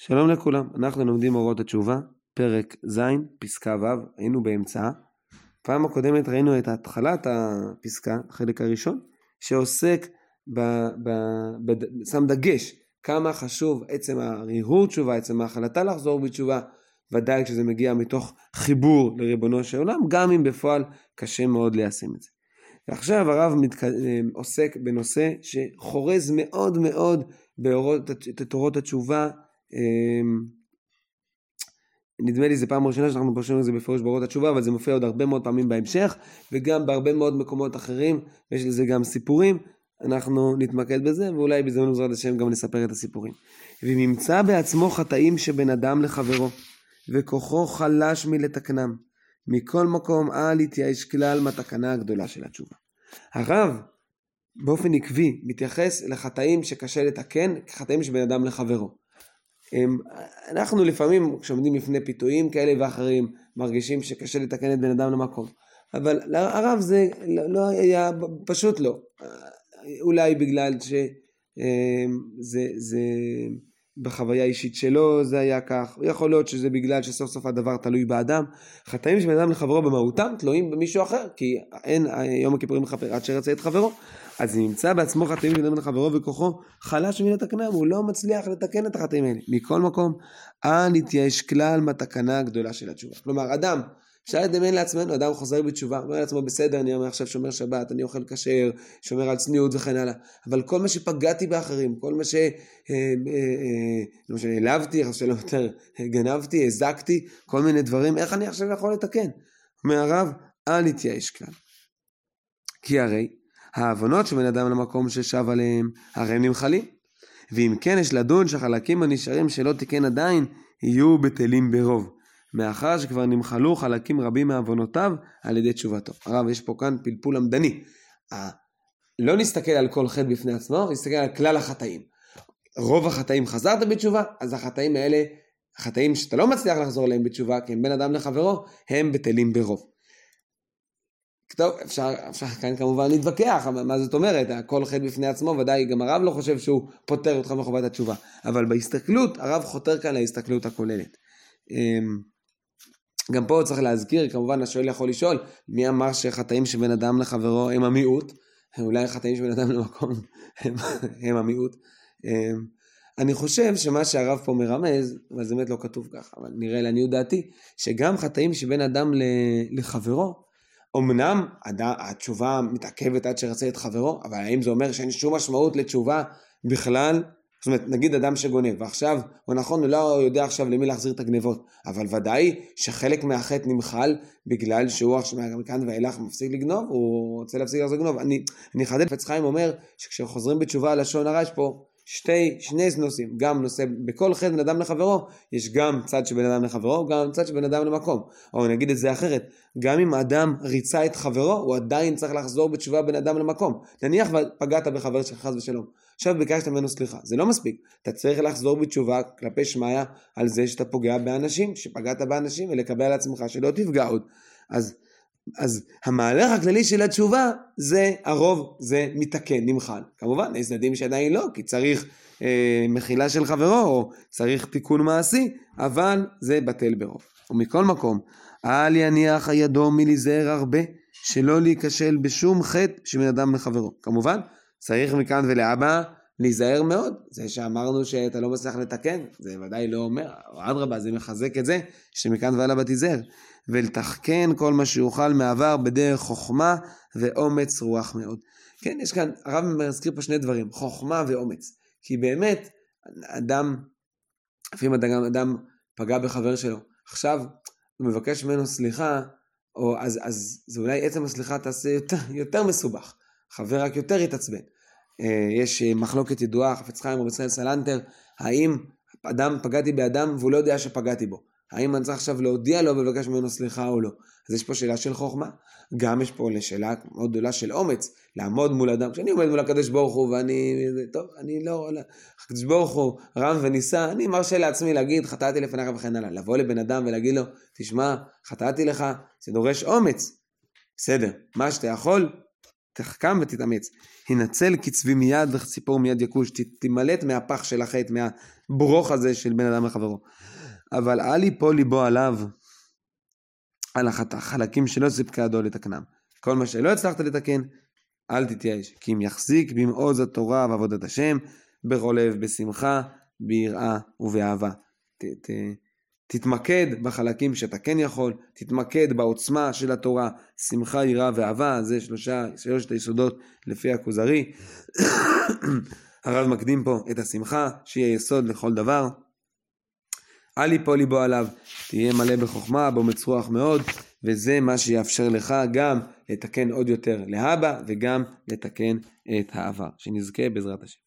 שלום לכולם, אנחנו לומדים אורות התשובה, פרק ז', פסקה ו', היינו באמצעה. פעם הקודמת ראינו את התחלת הפסקה, החלק הראשון, שעוסק, שם דגש, כמה חשוב עצם הריהור תשובה, עצם ההחלטה לחזור בתשובה, ודאי כשזה מגיע מתוך חיבור לריבונו של עולם, גם אם בפועל קשה מאוד ליישם את זה. ועכשיו הרב עוסק בנושא שחורז מאוד מאוד בתורות התשובה, נדמה לי זה פעם ראשונה שאנחנו פרשנו את זה בפירוש באורות התשובה, אבל זה מופיע עוד הרבה מאוד פעמים בהמשך, וגם בהרבה מאוד מקומות אחרים, ויש לזה גם סיפורים, אנחנו נתמקד בזה, ואולי בזמן בעזרת השם גם נספר את הסיפורים. ונמצא בעצמו חטאים שבין אדם לחברו, וכוחו חלש מלתקנם, מכל מקום אל יתייאש כלל מהתקנה הגדולה של התשובה. הרב באופן עקבי מתייחס לחטאים שקשה לתקן, כחטאים שבין אדם לחברו. אנחנו לפעמים כשעומדים לפני פיתויים כאלה ואחרים מרגישים שקשה לתקן את בן אדם למקום, אבל הרב זה לא היה, פשוט לא, אולי בגלל שזה בחוויה אישית שלו זה היה כך, יכול להיות שזה בגלל שסוף סוף הדבר תלוי באדם. חטאים שבן אדם לחברו במהותם תלויים במישהו אחר, כי אין יום הכיפורים מכפר עד שרצה את חברו, אז זה נמצא בעצמו חטאים שבן אדם לחברו וכוחו חלש מלתקנם, הוא לא מצליח לתקן את החטאים האלה. מכל מקום אל יתייאש כלל מהתקנה הגדולה של התשובה. כלומר אדם, אפשר לדמיין לעצמנו, אדם חוזר בתשובה, אומר לעצמו בסדר, אני אומר עכשיו שומר שבת, אני אוכל כשר, שומר על צניעות וכן הלאה, אבל כל מה שפגעתי באחרים, כל מה שנעלבתי, שלא יותר גנבתי, הזקתי, כל מיני דברים, איך אני עכשיו יכול לתקן? אומר הרב, אל יתייאש כלל. כי הרי העוונות שבין אדם למקום ששב עליהם, הרי הם נמחלים. ואם כן יש לדון שהחלקים הנשארים שלא תיקן עדיין, יהיו בטלים ברוב. מאחר שכבר נמחלו חלקים רבים מעוונותיו על ידי תשובתו. הרב, יש פה כאן פלפול למדני. לא נסתכל על כל חטא בפני עצמו, נסתכל על כלל החטאים. רוב החטאים חזרת בתשובה, אז החטאים האלה, החטאים שאתה לא מצליח לחזור אליהם בתשובה, כי הם בין אדם לחברו, הם בטלים ברוב. טוב, אפשר כאן כמובן להתווכח, מה זאת אומרת? כל חטא בפני עצמו, ודאי גם הרב לא חושב שהוא פותר אותך מחובת התשובה. אבל בהסתכלות, הרב חותר כאן להסתכלות הכוללת. גם פה צריך להזכיר, כמובן השואל יכול לשאול, מי אמר שחטאים שבין אדם לחברו הם המיעוט? אולי חטאים שבין אדם למקום הם המיעוט. אני חושב שמה שהרב פה מרמז, אבל זה באמת לא כתוב ככה, אבל נראה לעניות דעתי, שגם חטאים שבין אדם לחברו, אמנם התשובה מתעכבת עד שרצה את חברו, אבל האם זה אומר שאין שום משמעות לתשובה בכלל? זאת אומרת, נגיד אדם שגונב, ועכשיו, הוא נכון, הוא לא יודע עכשיו למי להחזיר את הגנבות, אבל ודאי שחלק מהחטא נמחל, בגלל שהוא עכשיו מכאן ואילך מפסיק לגנוב, הוא רוצה להפסיק לחזור לגנוב. אני חדד, חפץ חיים אומר, שכשחוזרים בתשובה על לשון הרע, יש פה שני נושאים, גם נושא, בכל חטא בין אדם לחברו, יש גם צד שבין אדם לחברו, גם צד שבין אדם למקום. או נגיד את זה אחרת, גם אם האדם ריצה את חברו, הוא עדיין צריך לחזור בתשובה בין אדם למקום. נניח ופגעת בחבר שלך חס ושלום, עכשיו ביקשת ממנו סליחה, זה לא מספיק, אתה צריך לחזור בתשובה כלפי שמיה על זה שאתה פוגע באנשים, שפגעת באנשים, ולקבל על עצמך שלא תפגע עוד. אז המהלך הכללי של התשובה זה הרוב, זה מתקן, נמחל. כמובן, יש צדדים שעדיין לא, כי צריך מחילה של חברו, או צריך תיקון מעשי, אבל זה בטל ברוב. ומכל מקום, אל יניח הידו מלהיזהר הרבה, שלא להיכשל בשום חטא שבין אדם לחברו. כמובן, צריך מכאן ולהבא להיזהר מאוד. זה שאמרנו שאתה לא מצליח לתקן, זה ודאי לא אומר, או אדרבה, זה מחזק את זה, שמכאן ולהבא תיזהר. ולתחכן כל מה שיוכל מעבר בדרך חוכמה ואומץ רוח מאוד. כן, יש כאן, הרב מזכיר פה שני דברים, חוכמה ואומץ. כי באמת, לפעמים אדם פגע בחבר שלו, עכשיו הוא מבקש ממנו סליחה, אז זה אולי עצם הסליחה תעשה יותר מסובך. חבר רק יותר יתעצבן. יש מחלוקת ידועה, חפץ חיים ובצלאל סלנטר, האם פגעתי באדם והוא לא יודע שפגעתי בו? האם אני צריך עכשיו להודיע לו ולבקש ממנו סליחה או לא? אז יש פה שאלה של חוכמה, גם יש פה שאלה מאוד גדולה של אומץ, לעמוד מול אדם, כשאני עומד מול הקדוש ברוך הוא אני לא, הקדוש ברוך הוא רם וניסה, אני מרשה לעצמי להגיד חטאתי לפניך וכן הלאה, לבוא לבן אדם ולהגיד לו, תשמע, חטאתי לך, זה דורש אומץ, בסדר, מה שאתה יכול, תחכם ותתאמץ. הנצל קצבי מיד וציפור מיד יקוש, תמלט מהפח של החטא, מהברוך הזה של בן אדם לחברו. אבל אל יפול ליבו עליו, על החלקים שלא סיפקה ידו לתקנם. כל מה שלא הצלחת לתקן, אל תתייאש, כי אם יחזיק במעוז התורה ועבודת השם, בכל לב, בשמחה, ביראה ובאהבה. תתמקד בחלקים שאתה כן יכול, תתמקד בעוצמה של התורה, שמחה, יראה ואהבה, זה שלושת היסודות לפי הכוזרי. הרב מקדים פה את השמחה, שיהיה יסוד לכל דבר. אל יפול ליבו עליו, תהיה מלא בחוכמה, באומץ רוח מאוד, וזה מה שיאפשר לך גם לתקן עוד יותר להבא, וגם לתקן את העבר. שנזכה בעזרת השם.